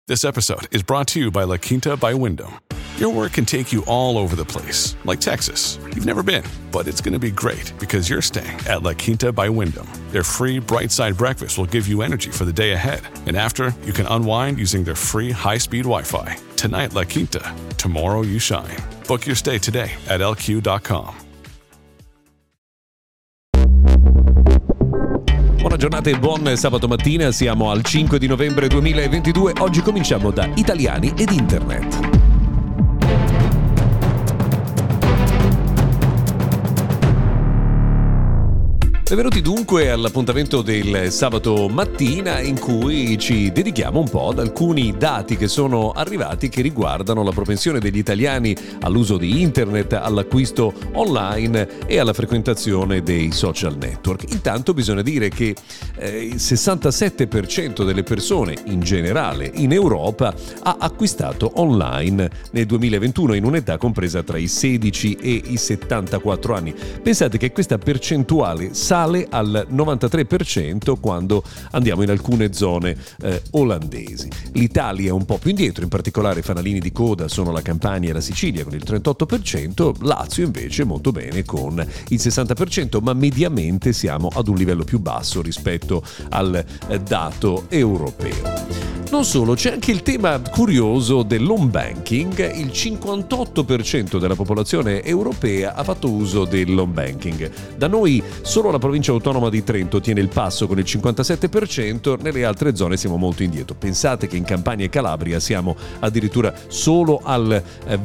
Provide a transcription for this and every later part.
This episode is brought to you by La Quinta by Wyndham. Your work can take you all over the place, like Texas. You've never been, but it's going to be great because you're staying at La Quinta by Wyndham. Their free Bright Side breakfast will give you energy for the day ahead. And after, you can unwind using their free high-speed Wi-Fi. Tonight, La Quinta. Tomorrow, you shine. Book your stay today at lq.com. Buona giornata e buon sabato mattina, siamo al 5 di novembre 2022, oggi cominciamo da Italiani ed Internet. Benvenuti dunque all'appuntamento del sabato mattina in cui ci dedichiamo un po' ad alcuni dati che sono arrivati che riguardano la propensione degli italiani all'uso di internet, all'acquisto online e alla frequentazione dei social network. Intanto bisogna dire che il 67% delle persone in generale in Europa ha acquistato online nel 2021 in un'età compresa tra i 16 e i 74 anni. Pensate che questa percentuale sale al 93% quando andiamo in alcune zone olandesi. L'Italia è un po' più indietro, in particolare fanalini di coda sono la Campania e la Sicilia con il 38%, Lazio invece molto bene con il 60%, ma mediamente siamo ad un livello più basso rispetto al dato europeo. Non solo, c'è anche il tema curioso dell'home banking. Il 58% della popolazione europea ha fatto uso dell'home banking. Da noi solo la provincia autonoma di Trento tiene il passo con il 57%, nelle altre zone siamo molto indietro. Pensate che in Campania e Calabria siamo addirittura solo al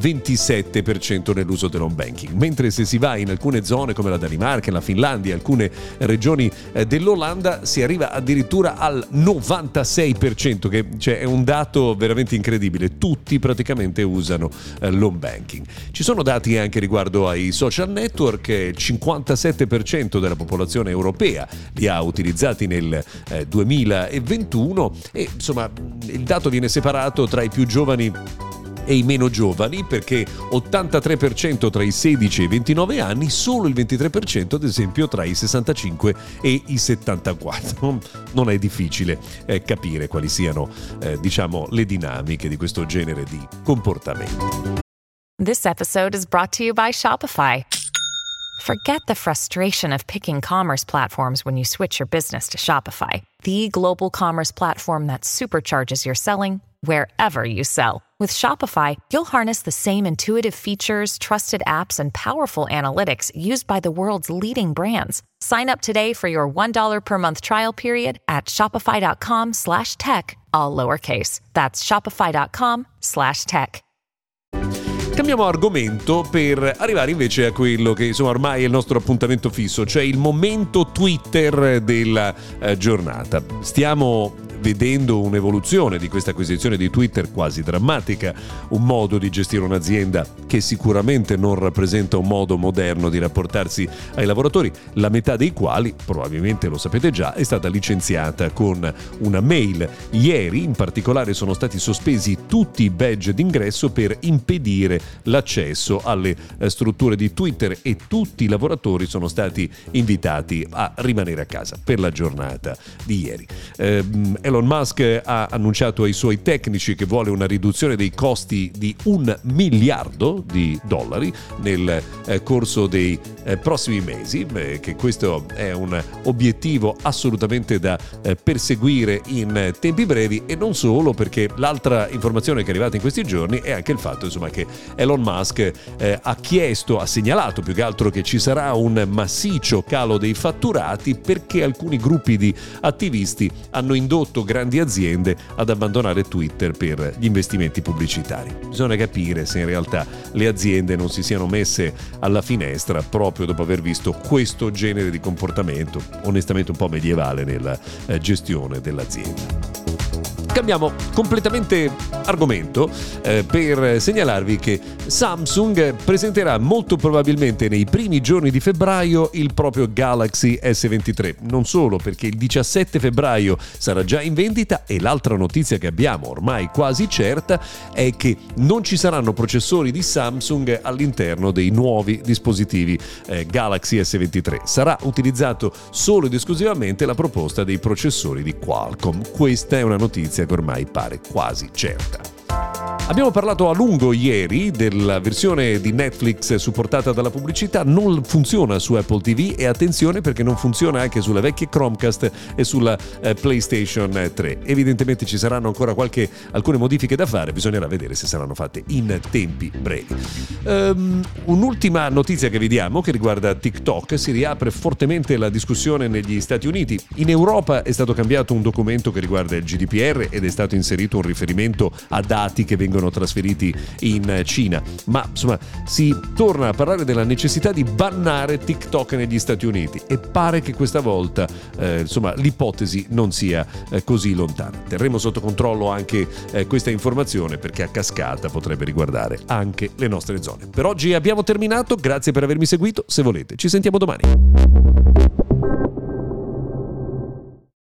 27% nell'uso dell'home banking, mentre se si va in alcune zone come la Danimarca, la Finlandia, alcune regioni dell'Olanda si arriva addirittura al 96%, che è un dato veramente incredibile. Tutti praticamente usano l'home banking. Ci sono dati anche riguardo ai social network. Il 57% della popolazione europea li ha utilizzati nel 2021 e insomma il dato viene separato tra i più giovani e i meno giovani, perché 83% tra i 16 e i 29 anni, solo il 23% ad esempio tra i 65 e i 74. Non è difficile capire quali siano le dinamiche di questo genere di comportamenti. This episode is brought to you by Shopify. Forget the frustration of picking commerce platforms when you switch your business to Shopify, the global commerce platform that supercharges your selling wherever you sell. With Shopify, you'll harness the same intuitive features, trusted apps, and powerful analytics used by the world's leading brands. Sign up today for your $1 per month trial period at shopify.com/tech, all lowercase. That's shopify.com/tech. Cambiamo argomento per arrivare invece a quello che ormai è il nostro appuntamento fisso, cioè il momento Twitter della giornata. Stiamo vedendo un'evoluzione di questa acquisizione di Twitter quasi drammatica, un modo di gestire un'azienda che sicuramente non rappresenta un modo moderno di rapportarsi ai lavoratori, la metà dei quali, probabilmente lo sapete già, è stata licenziata con una mail. Ieri in particolare sono stati sospesi tutti i badge d'ingresso per impedire l'accesso alle strutture di Twitter e tutti i lavoratori sono stati invitati a rimanere a casa per la giornata di ieri. Elon Musk ha annunciato ai suoi tecnici che vuole una riduzione dei costi di $1 miliardo nel corso dei prossimi mesi, che questo è un obiettivo assolutamente da perseguire in tempi brevi, e non solo, perché l'altra informazione che è arrivata in questi giorni è anche il fatto che Elon Musk ha segnalato più che altro che ci sarà un massiccio calo dei fatturati perché alcuni gruppi di attivisti hanno indotto grandi aziende ad abbandonare Twitter per gli investimenti pubblicitari. Bisogna capire se in realtà le aziende non si siano messe alla finestra proprio dopo aver visto questo genere di comportamento, onestamente un po' medievale nella gestione dell'azienda. Cambiamo completamente argomento per segnalarvi che Samsung presenterà molto probabilmente nei primi giorni di febbraio il proprio Galaxy S23. Non solo, perché il 17 febbraio sarà già in vendita, e l'altra notizia che abbiamo ormai quasi certa è che non ci saranno processori di Samsung all'interno dei nuovi dispositivi Galaxy S23. Sarà utilizzato solo ed esclusivamente la proposta dei processori di Qualcomm. Questa è una notizia notizia che ormai pare quasi certa. Abbiamo parlato a lungo ieri della versione di Netflix supportata dalla pubblicità, non funziona su Apple TV e attenzione perché non funziona anche sulle vecchie Chromecast e sulla PlayStation 3. Evidentemente ci saranno ancora alcune modifiche da fare, bisognerà vedere se saranno fatte in tempi brevi. Un'ultima notizia che vediamo che riguarda TikTok: si riapre fortemente la discussione negli Stati Uniti. In Europa è stato cambiato un documento che riguarda il GDPR ed è stato inserito un riferimento a dati che vengono trasferiti in Cina, ma insomma si torna a parlare della necessità di bannare TikTok negli Stati Uniti e pare che questa volta l'ipotesi non sia così lontana. Terremo sotto controllo anche questa informazione perché a cascata potrebbe riguardare anche le nostre zone. Per oggi abbiamo terminato, grazie per avermi seguito, se volete ci sentiamo domani.